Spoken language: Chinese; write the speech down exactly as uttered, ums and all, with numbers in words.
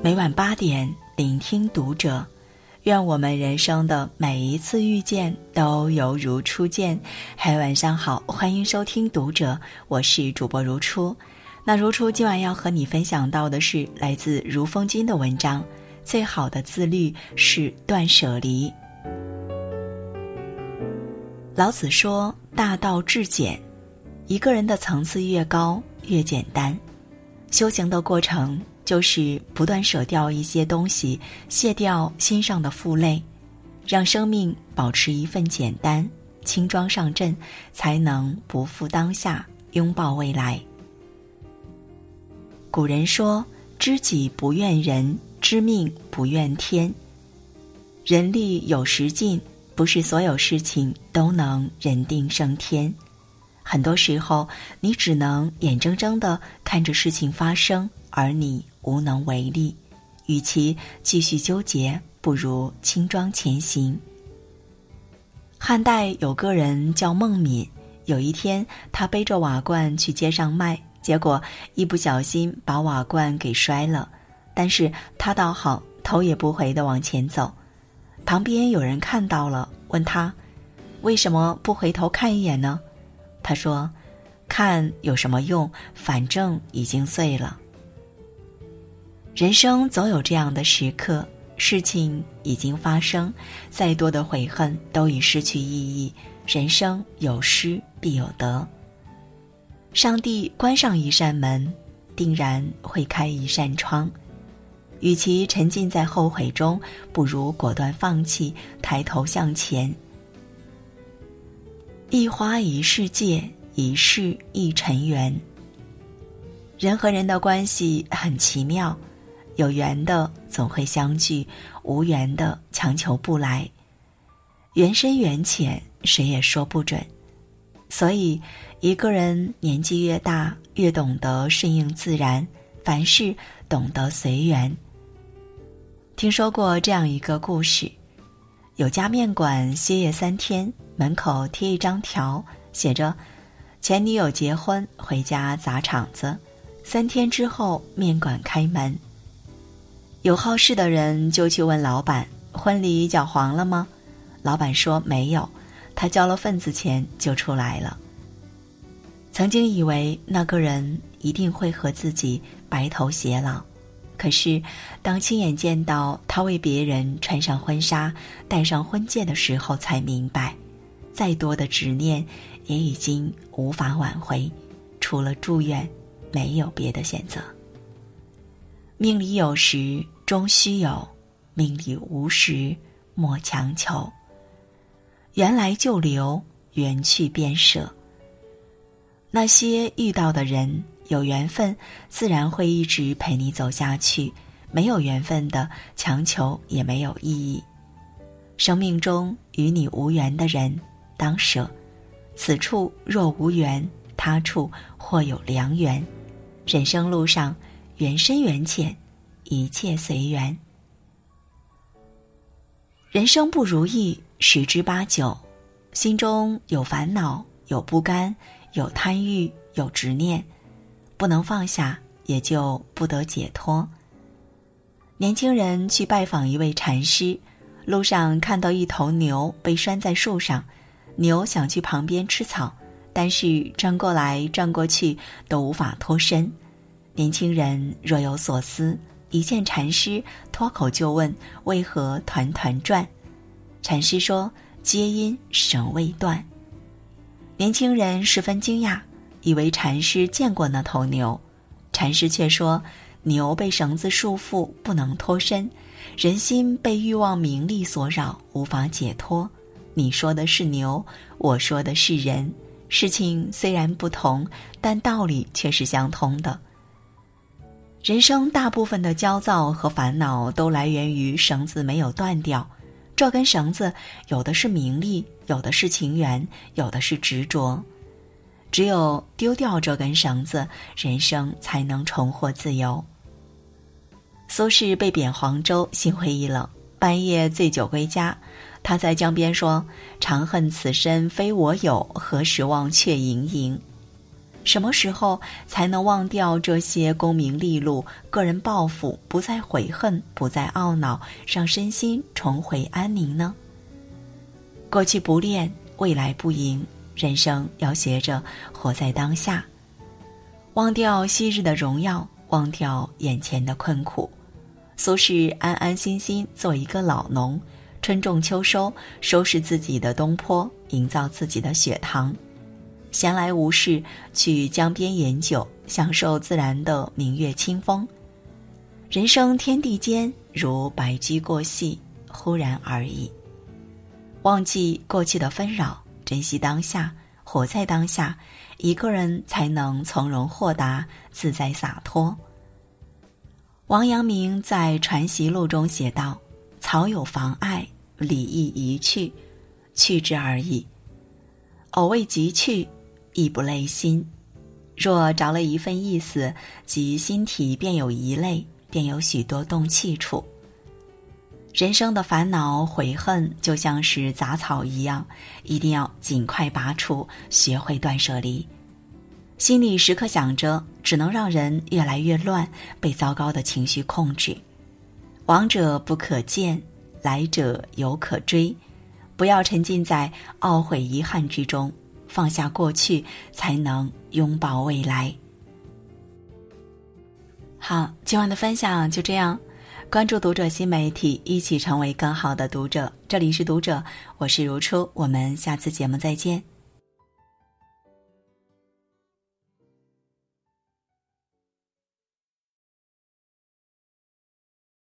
每晚八点，聆听读者。愿我们人生的每一次遇见都犹如初见。嗨，晚上好，欢迎收听读者，我是主播如初。那如初今晚要和你分享到的是来自如风君的文章，最好的自律是断舍离。老子说，大道至简，一个人的层次越高越简单。修行的过程就是不断舍掉一些东西，卸掉心上的负累，让生命保持一份简单，轻装上阵，才能不负当下，拥抱未来。古人说，知己不怨人，知命不怨天。人力有时尽，不是所有事情都能人定胜天。很多时候，你只能眼睁睁地看着事情发生，而你无能为力。与其继续纠结，不如轻装前行。汉代有个人叫孟敏，有一天他背着瓦罐去街上卖，结果一不小心把瓦罐给摔了。但是他倒好，头也不回地往前走。旁边有人看到了，问他为什么不回头看一眼呢？他说，看有什么用，反正已经碎了。人生总有这样的时刻，事情已经发生，再多的悔恨都已失去意义。人生有失必有得。上帝关上一扇门，定然会开一扇窗。与其沉浸在后悔中，不如果断放弃，抬头向前。一花一世界，一世一尘缘。人和人的关系很奇妙，有缘的总会相聚，无缘的强求不来。缘深缘浅，谁也说不准。所以一个人年纪越大，越懂得顺应自然，凡事懂得随缘。听说过这样一个故事，有家面馆歇业三天，门口贴一张条，写着前女友结婚回家砸场子，三天之后面馆开门。有好事的人就去问老板，婚礼搅黄了吗？老板说没有，他交了份子钱就出来了。曾经以为那个人一定会和自己白头偕老，可是当亲眼见到他为别人穿上婚纱，戴上婚戒的时候，才明白再多的执念也已经无法挽回，除了祝愿没有别的选择。命里有时终须有，命里无时莫强求。缘来就留，缘去便舍。那些遇到的人，有缘分自然会一直陪你走下去，没有缘分的强求也没有意义。生命中与你无缘的人当舍，此处若无缘，他处或有良缘。人生路上缘深缘浅，一切随缘。人生不如意十之八九，心中有烦恼，有不甘，有贪欲，有执念，不能放下，也就不得解脱。年轻人去拜访一位禅师，路上看到一头牛被拴在树上，牛想去旁边吃草，但是转过来转过去都无法脱身。年轻人若有所思，一见禅师，脱口就问为何团团转。禅师说，皆因绳未断。年轻人十分惊讶，以为禅师见过那头牛。禅师却说，牛被绳子束缚，不能脱身，人心被欲望名利所扰，无法解脱。你说的是牛，我说的是人，事情虽然不同，但道理却是相通的。人生大部分的焦躁和烦恼都来源于绳子没有断掉。这根绳子有的是名利，有的是情缘，有的是执着。只有丢掉这根绳子，人生才能重获自由。苏轼被贬黄州，心灰意冷，半夜醉酒归家。他在江边说，长恨此身非我有，何时忘却营营。 什么时候才能忘掉这些功名利禄、个人抱负，不再悔恨，不再懊恼，让身心重回安宁呢？过去不恋，未来不迎，人生要学着活在当下，忘掉昔日的荣耀，忘掉眼前的困苦。苏轼安安心心做一个老农，春种秋收，收拾自己的东坡，营造自己的雪堂。闲来无事，去江边饮酒，享受自然的明月清风。人生天地间，如白驹过隙，忽然而已。忘记过去的纷扰，珍惜当下，活在当下，一个人才能从容豁达，自在洒脱。王阳明在《传习录》中写道：草有妨碍，理亦宜去，去之而已。偶未及去，亦不累心。若着了一份意思，即心体便有疑累，便有许多动气处。人生的烦恼悔恨就像是杂草一样，一定要尽快拔除，学会断舍离。心里时刻想着，只能让人越来越乱，被糟糕的情绪控制。往者不可见，来者犹可追。不要沉浸在懊悔遗憾之中，放下过去，才能拥抱未来。好，今晚的分享就这样。关注读者新媒体，一起成为更好的读者。这里是读者，我是如初，我们下次节目再见。